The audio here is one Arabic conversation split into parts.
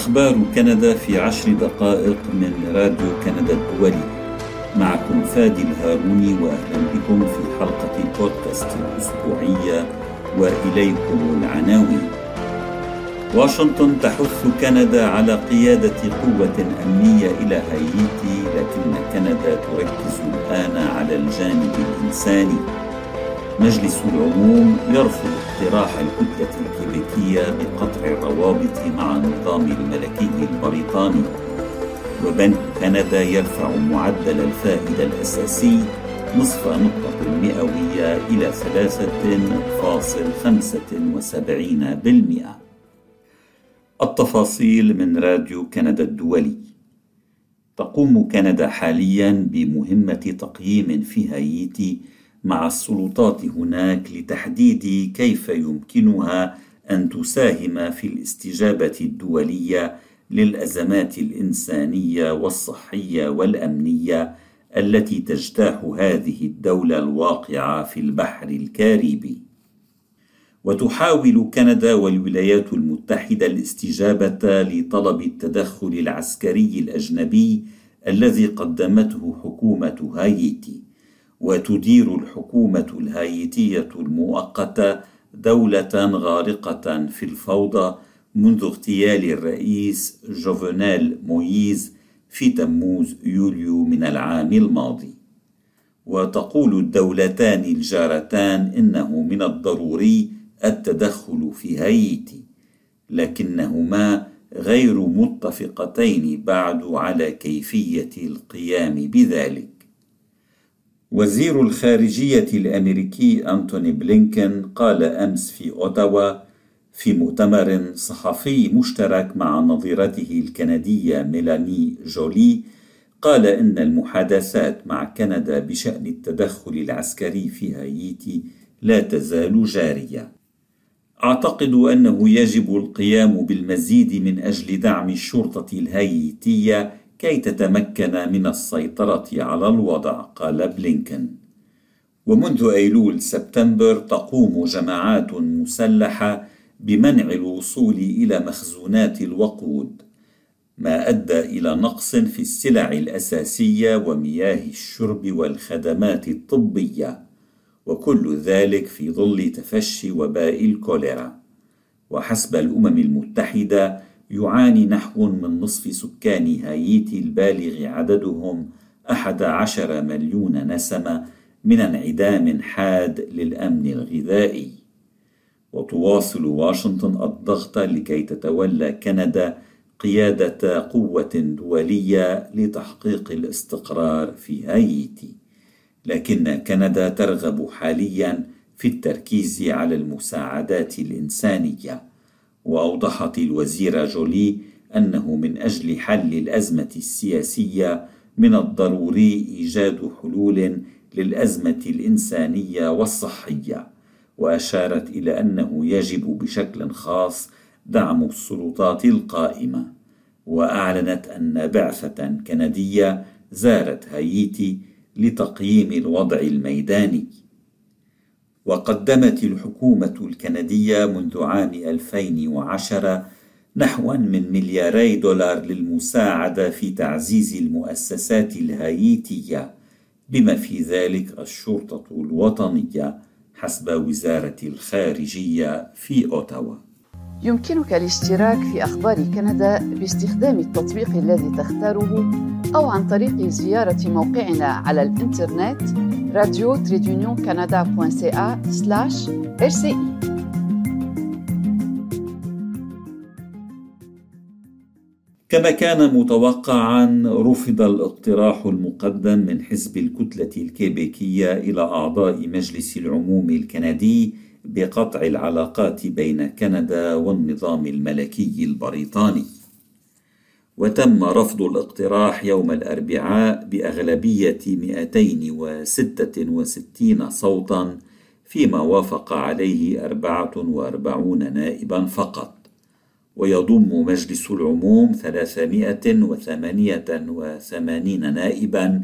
أخبار كندا في 10 دقائق من راديو كندا الدولي. معكم فادي الهاروني، وأهلا بكم في حلقة البودكاست الأسبوعية وإليكم العناوين. واشنطن تحث كندا على قيادة قوة أمنية إلى هايتي، لكن كندا تركز الآن على الجانب الإنساني. مجلس العموم يرفض اقتراح الكتلة الكيبيكية بقطع الروابط مع النظام الملكي البريطاني. وبنك كندا يرفع معدل الفائدة الأساسي نصف نقطة مئوية إلى 3.75%. التفاصيل من راديو كندا الدولي. تقوم كندا حاليا بمهمة تقييم في هايتي مع السلطات هناك لتحديد كيف يمكنها أن تساهم في الاستجابة الدولية للأزمات الإنسانية والصحية والأمنية التي تجتاح هذه الدولة الواقعة في البحر الكاريبي. وتحاول كندا والولايات المتحدة الاستجابة لطلب التدخل العسكري الأجنبي الذي قدمته حكومة هايتي. وتدير الحكومة الهايتية المؤقتة دولة غارقة في الفوضى منذ اغتيال الرئيس جوفنال مويز في تموز يوليو من العام الماضي. وتقول الدولتان الجارتان إنه من الضروري التدخل في هايتي، لكنهما غير متفقتين بعد على كيفية القيام بذلك. وزير الخارجية الأمريكي أنتوني بلينكن قال أمس في أوتاوا في مؤتمر صحفي مشترك مع نظيرته الكندية ميلاني جولي، قال إن المحادثات مع كندا بشأن التدخل العسكري في هايتي لا تزال جارية. أعتقد أنه يجب القيام بالمزيد من أجل دعم الشرطة الهايتية كي تتمكن من السيطرة على الوضع، قال بلينكن. ومنذ أيلول سبتمبر تقوم جماعات مسلحة بمنع الوصول إلى مخزونات الوقود، ما أدى إلى نقص في السلع الأساسية ومياه الشرب والخدمات الطبية، وكل ذلك في ظل تفشي وباء الكوليرا. وحسب الأمم المتحدة يعاني نحو من نصف سكان هايتي البالغ عددهم 11 مليون نسمة من انعدام حاد للأمن الغذائي. وتواصل واشنطن الضغط لكي تتولى كندا قيادة قوة دولية لتحقيق الاستقرار في هايتي، لكن كندا ترغب حاليا في التركيز على المساعدات الإنسانية. وأوضحت الوزيرة جولي أنه من أجل حل الأزمة السياسية من الضروري إيجاد حلول للأزمة الإنسانية والصحية، وأشارت إلى أنه يجب بشكل خاص دعم السلطات القائمة. وأعلنت أن بعثة كندية زارت هايتي لتقييم الوضع الميداني. وقدمت الحكومة الكندية منذ عام 2010 نحو من $2 للمساعدة في تعزيز المؤسسات الهايتية، بما في ذلك الشرطة الوطنية، حسب وزارة الخارجية في أوتاوا. يمكنك الاشتراك في أخبار كندا باستخدام التطبيق الذي تختاره أو عن طريق زيارة موقعنا على الإنترنت radio-canada.ca/RCI. كما كان متوقعا، رفض الاقتراح المقدم من حزب الكتلة الكيبيكية إلى أعضاء مجلس العموم الكندي بقطع العلاقات بين كندا والنظام الملكي البريطاني. وتم رفض الاقتراح يوم الأربعاء بأغلبية 266 صوتا، فيما وافق عليه 44 نائبا فقط. ويضم مجلس العموم 388 نائبا،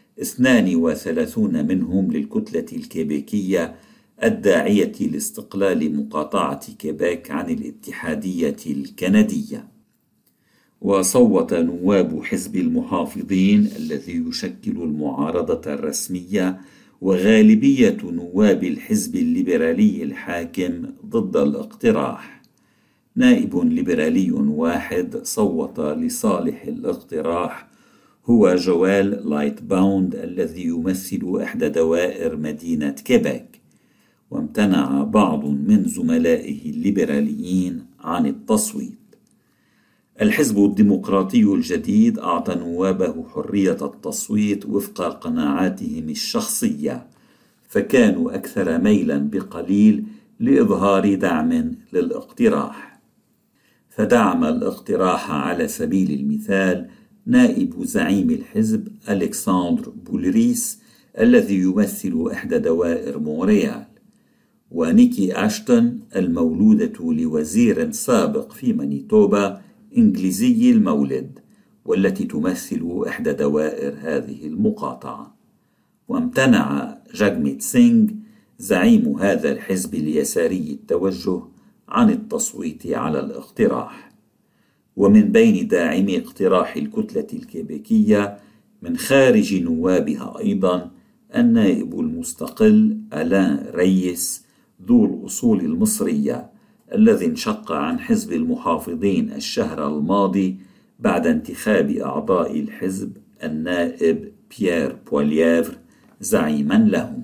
32 منهم للكتلة الكيبيكية الداعية لاستقلال مقاطعة كيبيك عن الاتحادية الكندية. وصوت نواب حزب المحافظين الذي يشكل المعارضة الرسمية وغالبية نواب الحزب الليبرالي الحاكم ضد الاقتراح. نائب ليبرالي واحد صوت لصالح الاقتراح، هو جوال لايتباوند الذي يمثل إحدى دوائر مدينة كيبيك، وامتنع بعض من زملائه الليبراليين عن التصويت. الحزب الديمقراطي الجديد أعطى نوابه حرية التصويت وفق قناعاتهم الشخصية، فكانوا أكثر ميلا بقليل لإظهار دعم للاقتراح. فدعم الاقتراح على سبيل المثال نائب زعيم الحزب ألكسندر بولريس الذي يمثل إحدى دوائر مونريال، ونيكي أشتون المولودة لوزير سابق في مانيتوبا إنجليزي المولد، والتي تمثل إحدى دوائر هذه المقاطعة. وامتنع جاغميت سينغ زعيم هذا الحزب اليساري التوجه عن التصويت على الاقتراح. ومن بين داعمي اقتراح الكتلة الكيبيكية من خارج نوابها أيضا النائب المستقل ألان ريس ذو الأصول المصرية الذي انشق عن حزب المحافظين الشهر الماضي بعد انتخاب أعضاء الحزب النائب بيير بولييفر زعيما لهم.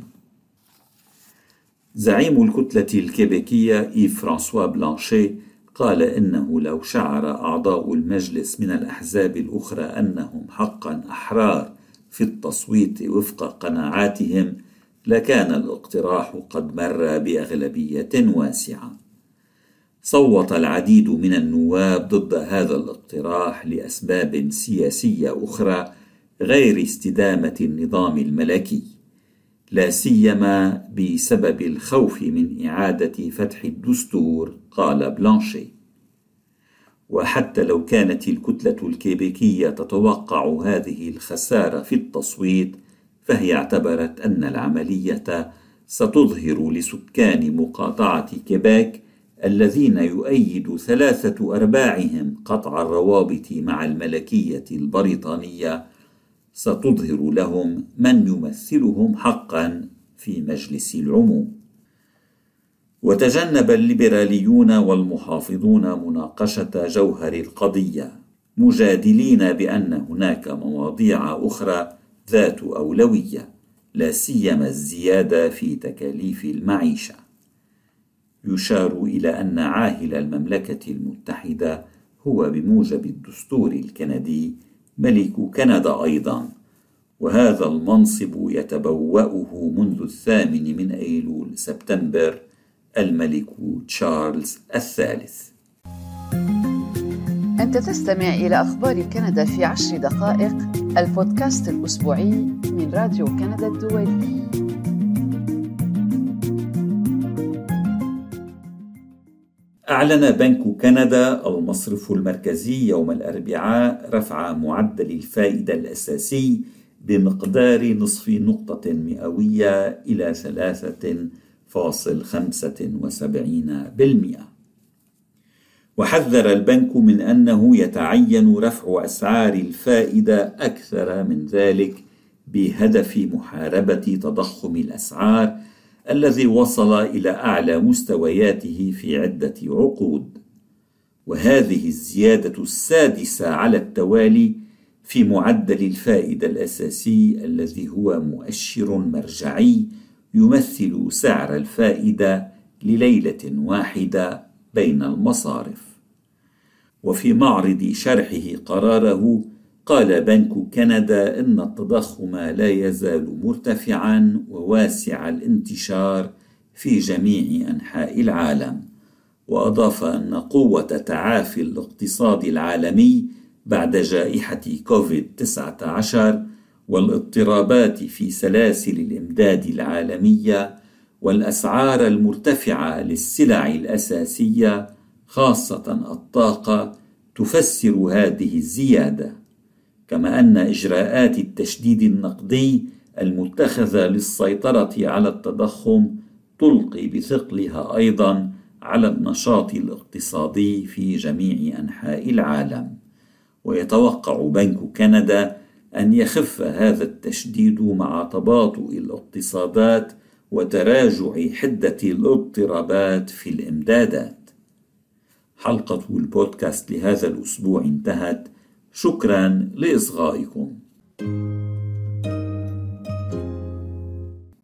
زعيم الكتلة الكيبيكية إيف فرانسوا بلانشي قال إنه لو شعر أعضاء المجلس من الأحزاب الأخرى أنهم حقا أحرار في التصويت وفق قناعاتهم لكان الاقتراح قد مر بأغلبية واسعة. صوت العديد من النواب ضد هذا الاقتراح لأسباب سياسية أخرى غير استدامة النظام الملكي، لا سيما بسبب الخوف من إعادة فتح الدستور، قال بلانشي. وحتى لو كانت الكتلة الكيبيكية تتوقع هذه الخسارة في التصويت، فهي اعتبرت أن العملية ستظهر لسكان مقاطعة كيبيك الذين يؤيد 3/4 قطع الروابط مع الملكية البريطانية، ستظهر لهم من يمثلهم حقا في مجلس العموم. وتجنب الليبراليون والمحافظون مناقشة جوهر القضية، مجادلين بأن هناك مواضيع أخرى ذات أولوية، لا سيما الزيادة في تكاليف المعيشة. يشار إلى أن عاهل المملكة المتحدة هو بموجب الدستور الكندي ملك كندا أيضا، وهذا المنصب يتبوأه منذ 8 أيلول سبتمبر الملك تشارلز الثالث. أنت تستمع إلى أخبار كندا في 10 دقائق، البودكاست الأسبوعي من راديو كندا الدولي. أعلن بنك كندا المصرف المركزي يوم الأربعاء رفع معدل الفائدة الأساسي بمقدار نصف نقطة مئوية إلى 3.75%. وحذر البنك من أنه يتعين رفع أسعار الفائدة أكثر من ذلك بهدف محاربة تضخم الأسعار الذي وصل إلى أعلى مستوياته في عدة عقود، وهذه الزيادة السادسة على التوالي في معدل الفائدة الأساسي الذي هو مؤشر مرجعي يمثل سعر الفائدة لليلة واحدة بين المصارف. وفي معرض شرحه قراره قال بنك كندا إن التضخم لا يزال مرتفعا وواسع الانتشار في جميع أنحاء العالم، وأضاف أن قوة تعافي الاقتصاد العالمي بعد جائحة كوفيد-19 والاضطرابات في سلاسل الإمداد العالمية والأسعار المرتفعة للسلع الأساسية خاصة الطاقة تفسر هذه الزيادة، كما أن إجراءات التشديد النقدي المتخذة للسيطرة على التضخم تلقي بثقلها أيضا على النشاط الاقتصادي في جميع أنحاء العالم. ويتوقع بنك كندا أن يخف هذا التشديد مع تباطؤ الاقتصادات وتراجع حدة الاضطرابات في الإمدادات. حلقة البودكاست لهذا الأسبوع انتهت. شكرا لإصغائكم.